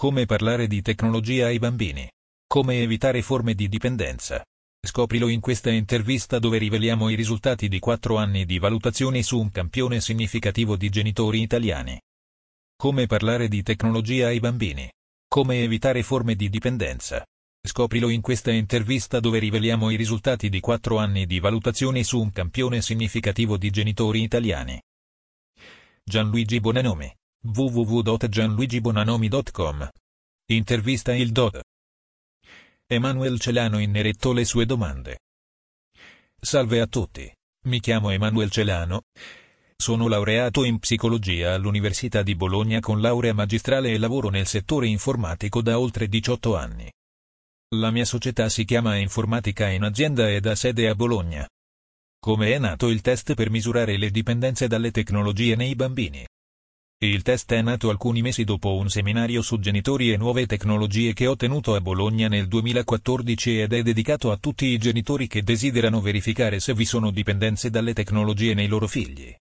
Come parlare di tecnologia ai bambini. Come evitare forme di dipendenza. Scoprilo in questa intervista dove riveliamo i risultati di 4 anni di valutazioni su un campione significativo di genitori italiani. Come parlare di tecnologia ai bambini. Come evitare forme di dipendenza. Scoprilo in questa intervista dove riveliamo i risultati di 4 anni di valutazioni su un campione significativo di genitori italiani. Gianluigi Bonanomi. www.gianluigibonanomi.com. Intervista il Dott. Emanuel Celano innerettò le sue domande. Salve a tutti. Mi chiamo Emanuel Celano. Sono laureato in psicologia all'Università di Bologna con laurea magistrale e lavoro nel settore informatico da oltre 18 anni. La mia società si chiama Informatica in Azienda ed ha sede a Bologna. Come è nato il test per misurare le dipendenze dalle tecnologie nei bambini? Il test è nato alcuni mesi dopo un seminario su genitori e nuove tecnologie che ho tenuto a Bologna nel 2014 ed è dedicato a tutti i genitori che desiderano verificare se vi sono dipendenze dalle tecnologie nei loro figli.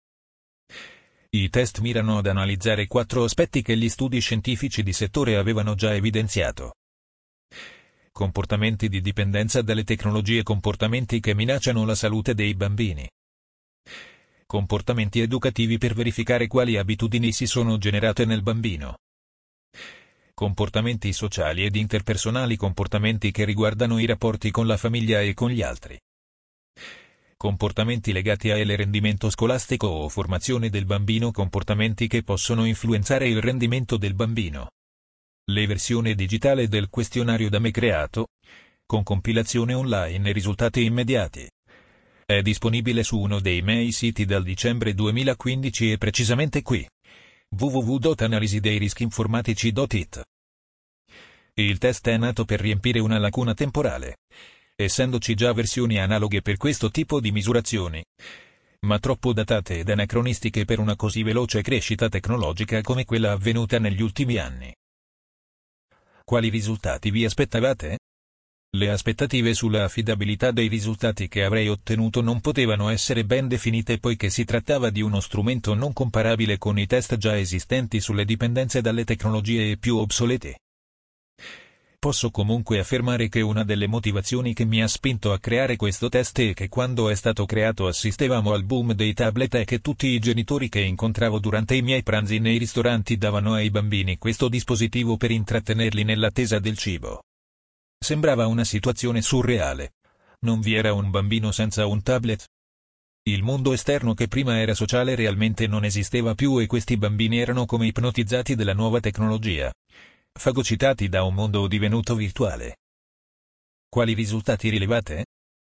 I test mirano ad analizzare 4 aspetti che gli studi scientifici di settore avevano già evidenziato. Comportamenti di dipendenza dalle tecnologie, comportamenti che minacciano la salute dei bambini. Comportamenti educativi per verificare quali abitudini si sono generate nel bambino. Comportamenti sociali ed interpersonali, comportamenti che riguardano i rapporti con la famiglia e con gli altri. Comportamenti legati al rendimento scolastico o formazione del bambino, comportamenti che possono influenzare il rendimento del bambino. La versione digitale del questionario da me creato, con compilazione online e risultati immediati. È disponibile su uno dei miei siti dal dicembre 2015 e precisamente qui. www.analisideirischinformatici.it. Il test è nato per riempire una lacuna temporale, essendoci già versioni analoghe per questo tipo di misurazioni, ma troppo datate ed anacronistiche per una così veloce crescita tecnologica come quella avvenuta negli ultimi anni. Quali risultati vi aspettavate? Le aspettative sulla affidabilità dei risultati che avrei ottenuto non potevano essere ben definite poiché si trattava di uno strumento non comparabile con i test già esistenti sulle dipendenze dalle tecnologie più obsolete. Posso comunque affermare che una delle motivazioni che mi ha spinto a creare questo test è che quando è stato creato assistevamo al boom dei tablet e che tutti i genitori che incontravo durante i miei pranzi nei ristoranti davano ai bambini questo dispositivo per intrattenerli nell'attesa del cibo. Sembrava una situazione surreale. Non vi era un bambino senza un tablet? Il mondo esterno che prima era sociale realmente non esisteva più e questi bambini erano come ipnotizzati dalla nuova tecnologia, fagocitati da un mondo divenuto virtuale. Quali risultati rilevate?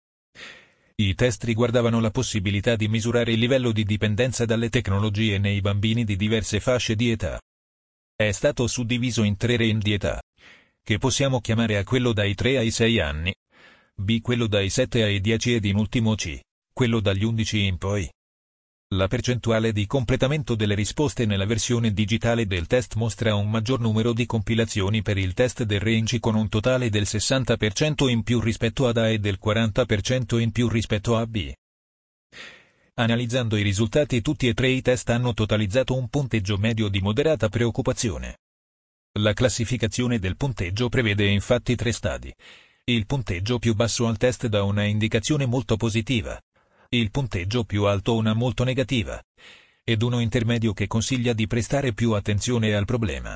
I test riguardavano la possibilità di misurare il livello di dipendenza dalle tecnologie nei bambini di diverse fasce di età. È stato suddiviso in 3 range di età, che possiamo chiamare A quello dai 3 ai 6 anni, B quello dai 7 ai 10 ed in ultimo C, quello dagli 11 in poi. La percentuale di completamento delle risposte nella versione digitale del test mostra un maggior numero di compilazioni per il test del range con un totale del 60% in più rispetto ad A e del 40% in più rispetto a B. Analizzando i risultati, tutti e 3 i test hanno totalizzato un punteggio medio di moderata preoccupazione. La classificazione del punteggio prevede infatti 3 stadi. Il punteggio più basso al test dà una indicazione molto positiva, il punteggio più alto una molto negativa, ed uno intermedio che consiglia di prestare più attenzione al problema.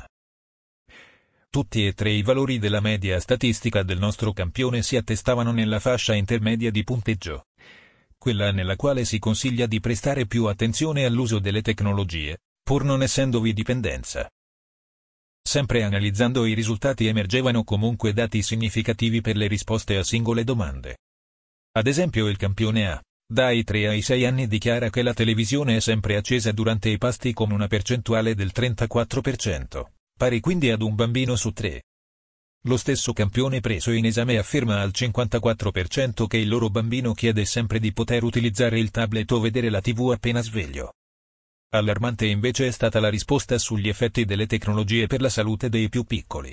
Tutti e 3 i valori della media statistica del nostro campione si attestavano nella fascia intermedia di punteggio, quella nella quale si consiglia di prestare più attenzione all'uso delle tecnologie, pur non essendovi dipendenza. Sempre analizzando i risultati emergevano comunque dati significativi per le risposte a singole domande. Ad esempio il campione A, dai 3 ai 6 anni dichiara che la televisione è sempre accesa durante i pasti con una percentuale del 34%, pari quindi ad un bambino su 3. Lo stesso campione preso in esame afferma al 54% che il loro bambino chiede sempre di poter utilizzare il tablet o vedere la TV appena sveglio. Allarmante invece è stata la risposta sugli effetti delle tecnologie per la salute dei più piccoli.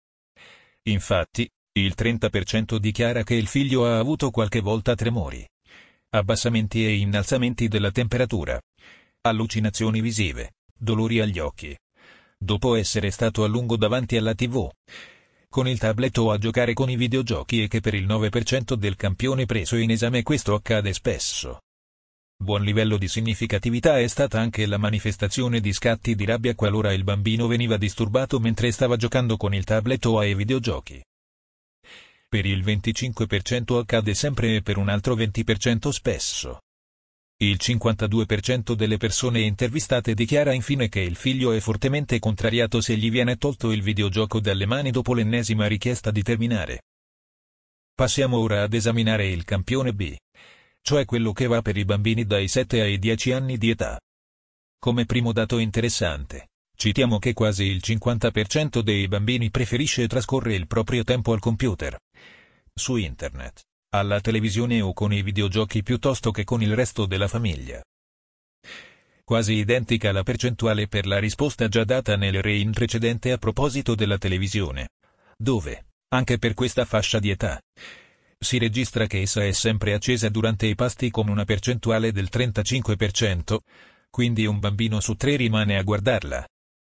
Infatti, il 30% dichiara che il figlio ha avuto qualche volta tremori, abbassamenti e innalzamenti della temperatura, allucinazioni visive, dolori agli occhi, dopo essere stato a lungo davanti alla TV, con il tablet o a giocare con i videogiochi, e che per il 9% del campione preso in esame questo accade spesso. Buon livello di significatività è stata anche la manifestazione di scatti di rabbia qualora il bambino veniva disturbato mentre stava giocando con il tablet o ai videogiochi. Per il 25% accade sempre e per un altro 20% spesso. Il 52% delle persone intervistate dichiara infine che il figlio è fortemente contrariato se gli viene tolto il videogioco dalle mani dopo l'ennesima richiesta di terminare. Passiamo ora ad esaminare il campione B, cioè quello che va per i bambini dai 7 ai 10 anni di età. Come primo dato interessante, citiamo che quasi il 50% dei bambini preferisce trascorrere il proprio tempo al computer, su internet, alla televisione o con i videogiochi piuttosto che con il resto della famiglia. Quasi identica la percentuale per la risposta già data nel range precedente a proposito della televisione, dove, anche per questa fascia di età, si registra che essa è sempre accesa durante i pasti con una percentuale del 35%, quindi un bambino su 3 rimane a guardarla.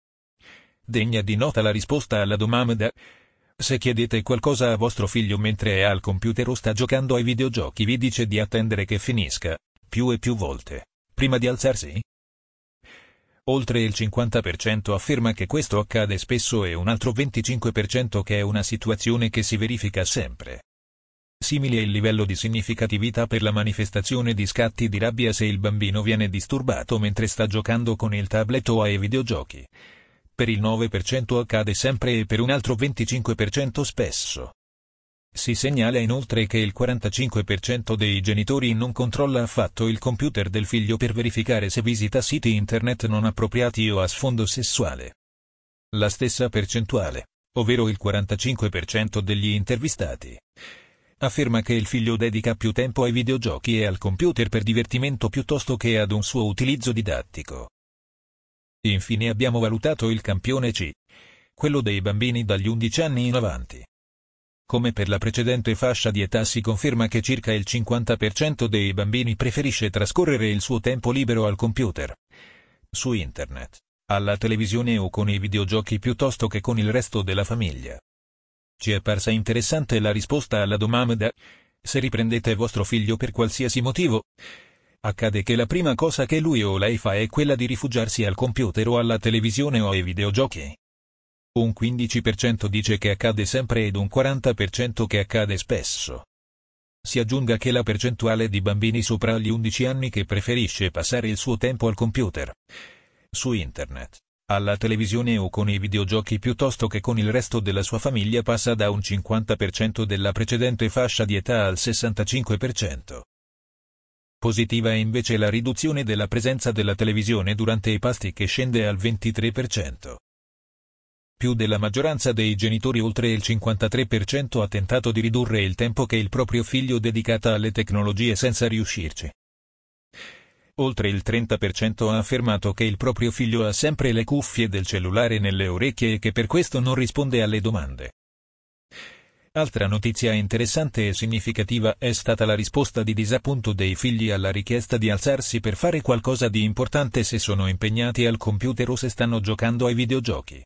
Degna di nota la risposta alla domanda: se chiedete qualcosa a vostro figlio mentre è al computer o sta giocando ai videogiochi, vi dice di attendere che finisca, più e più volte, prima di alzarsi? Oltre il 50% afferma che questo accade spesso e un altro 25% che è una situazione che si verifica sempre. Simile è il livello di significatività per la manifestazione di scatti di rabbia se il bambino viene disturbato mentre sta giocando con il tablet o ai videogiochi. Per il 9% accade sempre e per un altro 25% spesso. Si segnala inoltre che il 45% dei genitori non controlla affatto il computer del figlio per verificare se visita siti internet non appropriati o a sfondo sessuale. La stessa percentuale, ovvero il 45% degli intervistati, afferma che il figlio dedica più tempo ai videogiochi e al computer per divertimento piuttosto che ad un suo utilizzo didattico. Infine abbiamo valutato il campione C, quello dei bambini dagli 11 anni in avanti. Come per la precedente fascia di età si conferma che circa il 50% dei bambini preferisce trascorrere il suo tempo libero al computer, su internet, alla televisione o con i videogiochi piuttosto che con il resto della famiglia. Ci è parsa interessante la risposta alla domanda: se riprendete vostro figlio per qualsiasi motivo, accade che la prima cosa che lui o lei fa è quella di rifugiarsi al computer o alla televisione o ai videogiochi? Un 15% dice che accade sempre ed un 40% che accade spesso. Si aggiunga che la percentuale di bambini sopra gli 11 anni che preferisce passare il suo tempo al computer, su internet, alla televisione o con i videogiochi piuttosto che con il resto della sua famiglia passa da un 50% della precedente fascia di età al 65%. Positiva è invece la riduzione della presenza della televisione durante i pasti, che scende al 23%. Più della maggioranza dei genitori, oltre il 53%, ha tentato di ridurre il tempo che il proprio figlio dedica alle tecnologie senza riuscirci. Oltre il 30% ha affermato che il proprio figlio ha sempre le cuffie del cellulare nelle orecchie e che per questo non risponde alle domande. Altra notizia interessante e significativa è stata la risposta di disappunto dei figli alla richiesta di alzarsi per fare qualcosa di importante se sono impegnati al computer o se stanno giocando ai videogiochi.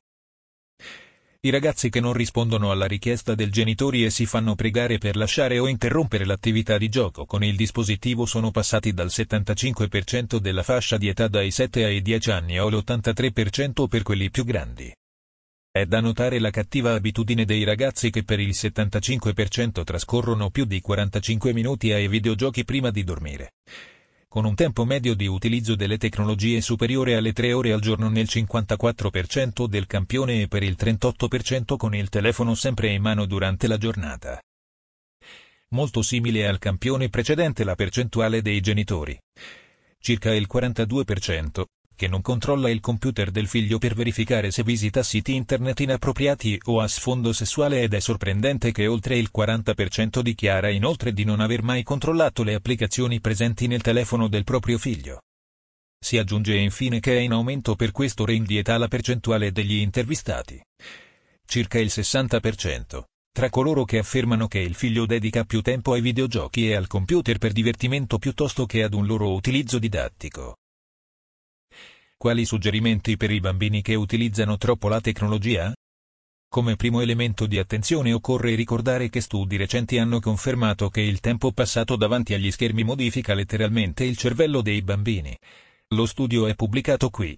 I ragazzi che non rispondono alla richiesta del genitore e si fanno pregare per lasciare o interrompere l'attività di gioco con il dispositivo sono passati dal 75% della fascia di età dai 7 ai 10 anni all'83% per quelli più grandi. È da notare la cattiva abitudine dei ragazzi che per il 75% trascorrono più di 45 minuti ai videogiochi prima di dormire, con un tempo medio di utilizzo delle tecnologie superiore alle 3 ore al giorno nel 54% del campione e per il 38% con il telefono sempre in mano durante la giornata. Molto simile al campione precedente la percentuale dei genitori, circa il 42%, che non controlla il computer del figlio per verificare se visita siti internet inappropriati o a sfondo sessuale, ed è sorprendente che oltre il 40% dichiara inoltre di non aver mai controllato le applicazioni presenti nel telefono del proprio figlio. Si aggiunge infine che è in aumento per questo range di età la percentuale degli intervistati, circa il 60%, tra coloro che affermano che il figlio dedica più tempo ai videogiochi e al computer per divertimento piuttosto che ad un loro utilizzo didattico. Quali suggerimenti per i bambini che utilizzano troppo la tecnologia? Come primo elemento di attenzione occorre ricordare che studi recenti hanno confermato che il tempo passato davanti agli schermi modifica letteralmente il cervello dei bambini. Lo studio è pubblicato qui,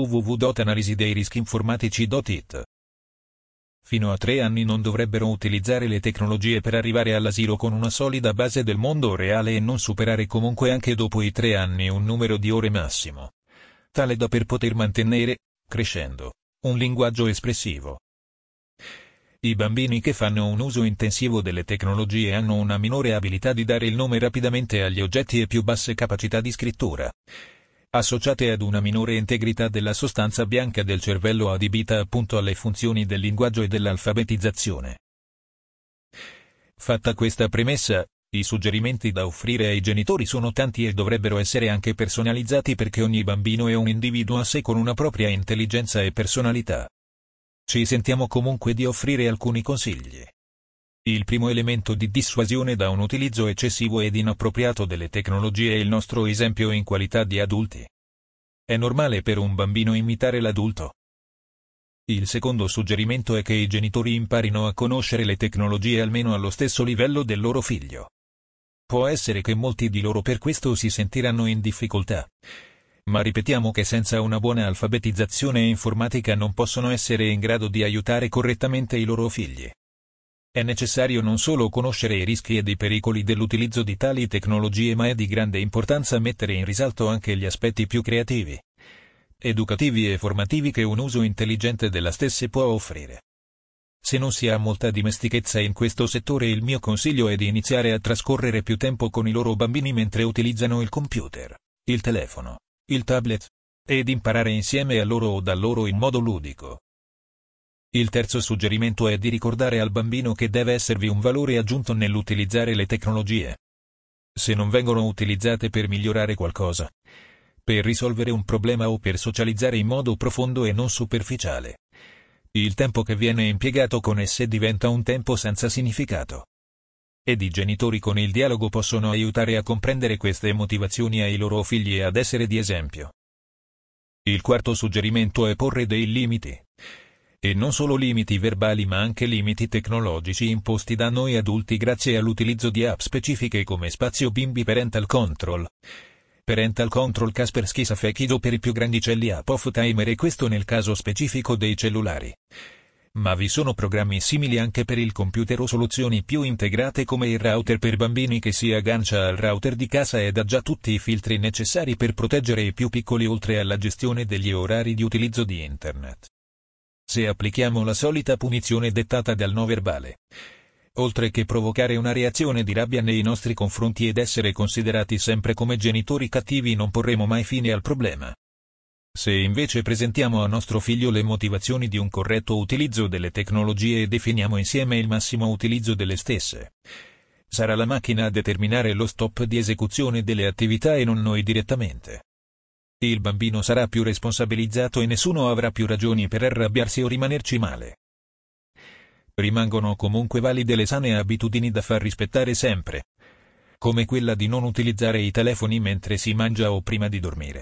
www.analisideirischinformatici.it. Fino a 3 anni non dovrebbero utilizzare le tecnologie per arrivare all'asilo con una solida base del mondo reale e non superare comunque anche dopo i 3 anni un numero di ore massimo, tale da poter mantenere, crescendo, un linguaggio espressivo. I bambini che fanno un uso intensivo delle tecnologie hanno una minore abilità di dare il nome rapidamente agli oggetti e più basse capacità di scrittura, associate ad una minore integrità della sostanza bianca del cervello adibita appunto alle funzioni del linguaggio e dell'alfabetizzazione. Fatta questa premessa, i suggerimenti da offrire ai genitori sono tanti e dovrebbero essere anche personalizzati perché ogni bambino è un individuo a sé con una propria intelligenza e personalità. Ci sentiamo comunque di offrire alcuni consigli. Il primo elemento di dissuasione da un utilizzo eccessivo ed inappropriato delle tecnologie è il nostro esempio in qualità di adulti. È normale per un bambino imitare l'adulto. Il secondo suggerimento è che i genitori imparino a conoscere le tecnologie almeno allo stesso livello del loro figlio. Può essere che molti di loro per questo si sentiranno in difficoltà. Ma ripetiamo che senza una buona alfabetizzazione informatica non possono essere in grado di aiutare correttamente i loro figli. È necessario non solo conoscere i rischi ed i pericoli dell'utilizzo di tali tecnologie, ma è di grande importanza mettere in risalto anche gli aspetti più creativi, educativi e formativi che un uso intelligente della stesse può offrire. Se non si ha molta dimestichezza in questo settore, il mio consiglio è di iniziare a trascorrere più tempo con i loro bambini mentre utilizzano il computer, il telefono, il tablet, ed imparare insieme a loro o da loro in modo ludico. Il terzo suggerimento è di ricordare al bambino che deve esservi un valore aggiunto nell'utilizzare le tecnologie. Se non vengono utilizzate per migliorare qualcosa, per risolvere un problema o per socializzare in modo profondo e non superficiale, il tempo che viene impiegato con esse diventa un tempo senza significato. Ed i genitori con il dialogo possono aiutare a comprendere queste motivazioni ai loro figli e ad essere di esempio. Il quarto suggerimento è porre dei limiti. E non solo limiti verbali ma anche limiti tecnologici imposti da noi adulti grazie all'utilizzo di app specifiche come Spazio Bimbi Parental Control, Kaspersky Safekido per i più grandicelli, App of Timer, e questo nel caso specifico dei cellulari. Ma vi sono programmi simili anche per il computer o soluzioni più integrate come il router per bambini che si aggancia al router di casa ed ha già tutti i filtri necessari per proteggere i più piccoli oltre alla gestione degli orari di utilizzo di Internet. Se applichiamo la solita punizione dettata dal no verbale, oltre che provocare una reazione di rabbia nei nostri confronti ed essere considerati sempre come genitori cattivi, non porremo mai fine al problema. Se invece presentiamo a nostro figlio le motivazioni di un corretto utilizzo delle tecnologie e definiamo insieme il massimo utilizzo delle stesse, sarà la macchina a determinare lo stop di esecuzione delle attività e non noi direttamente. Il bambino sarà più responsabilizzato e nessuno avrà più ragioni per arrabbiarsi o rimanerci male. Rimangono comunque valide le sane abitudini da far rispettare sempre, come quella di non utilizzare i telefoni mentre si mangia o prima di dormire.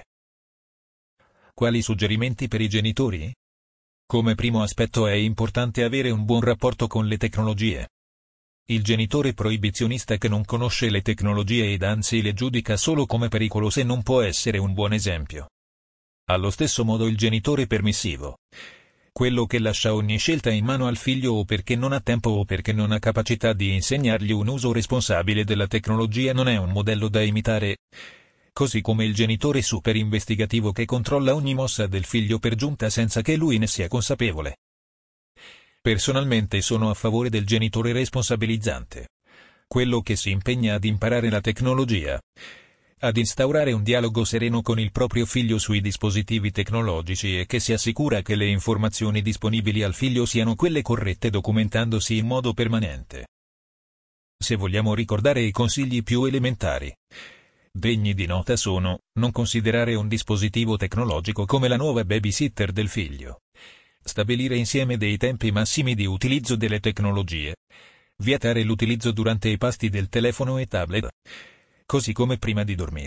Quali suggerimenti per i genitori? Come primo aspetto è importante avere un buon rapporto con le tecnologie. Il genitore proibizionista che non conosce le tecnologie ed anzi le giudica solo come pericolose non può essere un buon esempio. Allo stesso modo il genitore permissivo, quello che lascia ogni scelta in mano al figlio o perché non ha tempo o perché non ha capacità di insegnargli un uso responsabile della tecnologia, non è un modello da imitare. Così come il genitore super investigativo che controlla ogni mossa del figlio per giunta senza che lui ne sia consapevole. Personalmente sono a favore del genitore responsabilizzante, quello che si impegna ad imparare la tecnologia, ad instaurare un dialogo sereno con il proprio figlio sui dispositivi tecnologici e che si assicura che le informazioni disponibili al figlio siano quelle corrette, documentandosi in modo permanente. Se vogliamo ricordare i consigli più elementari, degni di nota sono: non considerare un dispositivo tecnologico come la nuova babysitter del figlio, stabilire insieme dei tempi massimi di utilizzo delle tecnologie, vietare l'utilizzo durante i pasti del telefono e tablet, così come prima di dormire,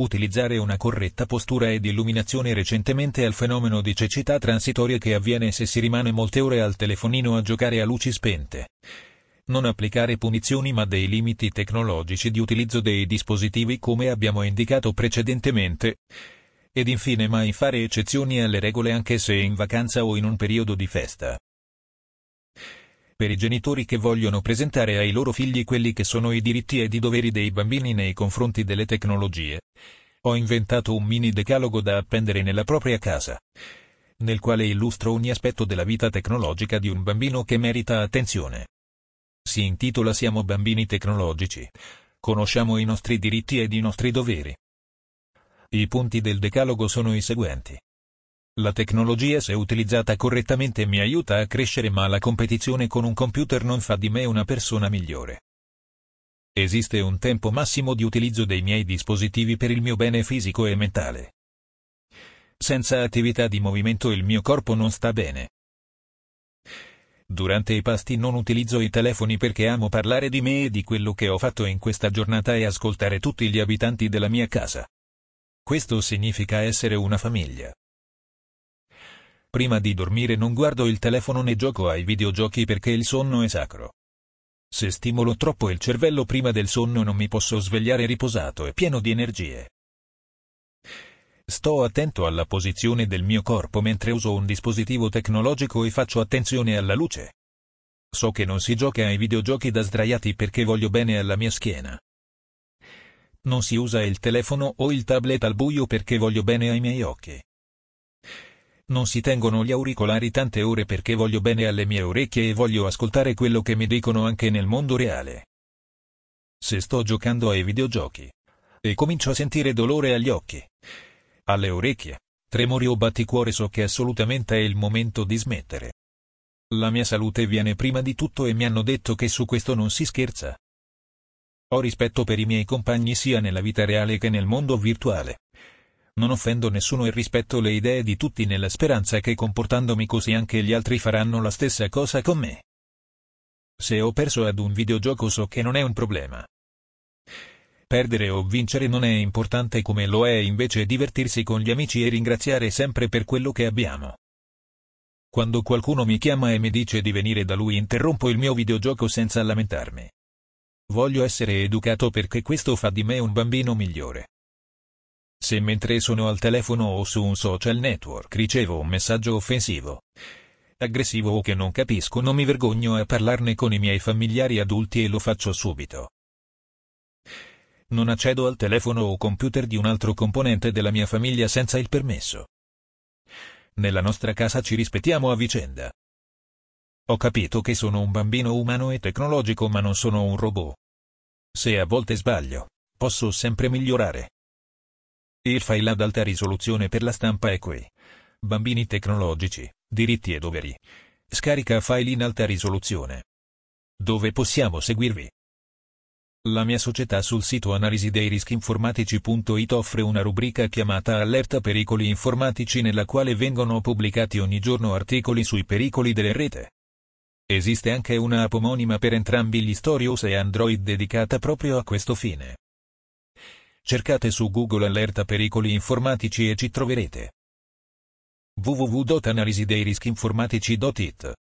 Utilizzare una corretta postura ed illuminazione recentemente al fenomeno di cecità transitoria che avviene se si rimane molte ore al telefonino a giocare a luci spente. Non applicare punizioni ma dei limiti tecnologici di utilizzo dei dispositivi come abbiamo indicato precedentemente. Ed infine mai fare eccezioni alle regole anche se in vacanza o in un periodo di festa. Per i genitori che vogliono presentare ai loro figli quelli che sono i diritti ed i doveri dei bambini nei confronti delle tecnologie, ho inventato un mini decalogo da appendere nella propria casa, nel quale illustro ogni aspetto della vita tecnologica di un bambino che merita attenzione. Si intitola Siamo bambini tecnologici. Conosciamo i nostri diritti ed i nostri doveri. I punti del decalogo sono i seguenti. La tecnologia, se utilizzata correttamente, mi aiuta a crescere, ma la competizione con un computer non fa di me una persona migliore. Esiste un tempo massimo di utilizzo dei miei dispositivi per il mio bene fisico e mentale. Senza attività di movimento il mio corpo non sta bene. Durante i pasti non utilizzo i telefoni perché amo parlare di me e di quello che ho fatto in questa giornata e ascoltare tutti gli abitanti della mia casa. Questo significa essere una famiglia. Prima di dormire non guardo il telefono né gioco ai videogiochi perché il sonno è sacro. Se stimolo troppo il cervello prima del sonno non mi posso svegliare riposato e pieno di energie. Sto attento alla posizione del mio corpo mentre uso un dispositivo tecnologico e faccio attenzione alla luce. So che non si gioca ai videogiochi da sdraiati perché voglio bene alla mia schiena. Non si usa il telefono o il tablet al buio perché voglio bene ai miei occhi. Non si tengono gli auricolari tante ore perché voglio bene alle mie orecchie e voglio ascoltare quello che mi dicono anche nel mondo reale. Se sto giocando ai videogiochi e comincio a sentire dolore agli occhi, alle orecchie, tremori o batticuore, so che assolutamente è il momento di smettere. La mia salute viene prima di tutto e mi hanno detto che su questo non si scherza. Ho rispetto per i miei compagni sia nella vita reale che nel mondo virtuale. Non offendo nessuno e rispetto le idee di tutti nella speranza che comportandomi così anche gli altri faranno la stessa cosa con me. Se ho perso ad un videogioco so che non è un problema. Perdere o vincere non è importante come lo è invece divertirsi con gli amici e ringraziare sempre per quello che abbiamo. Quando qualcuno mi chiama e mi dice di venire da lui interrompo il mio videogioco senza lamentarmi. Voglio essere educato perché questo fa di me un bambino migliore. Se mentre sono al telefono o su un social network ricevo un messaggio offensivo, aggressivo o che non capisco, non mi vergogno a parlarne con i miei familiari adulti e lo faccio subito. Non accedo al telefono o computer di un altro componente della mia famiglia senza il permesso. Nella nostra casa ci rispettiamo a vicenda. Ho capito che sono un bambino umano e tecnologico ma non sono un robot. Se a volte sbaglio, posso sempre migliorare. Il file ad alta risoluzione per la stampa è qui. Bambini tecnologici, diritti e doveri. Scarica file in alta risoluzione. Dove possiamo seguirvi? La mia società sul sito analisideirischinformatici.it offre una rubrica chiamata Allerta pericoli informatici nella quale vengono pubblicati ogni giorno articoli sui pericoli della rete. Esiste anche una app omonima per entrambi gli store iOS e Android dedicata proprio a questo fine. Cercate su Google Allerta pericoli informatici e ci troverete. www.analisideirischinformatici.it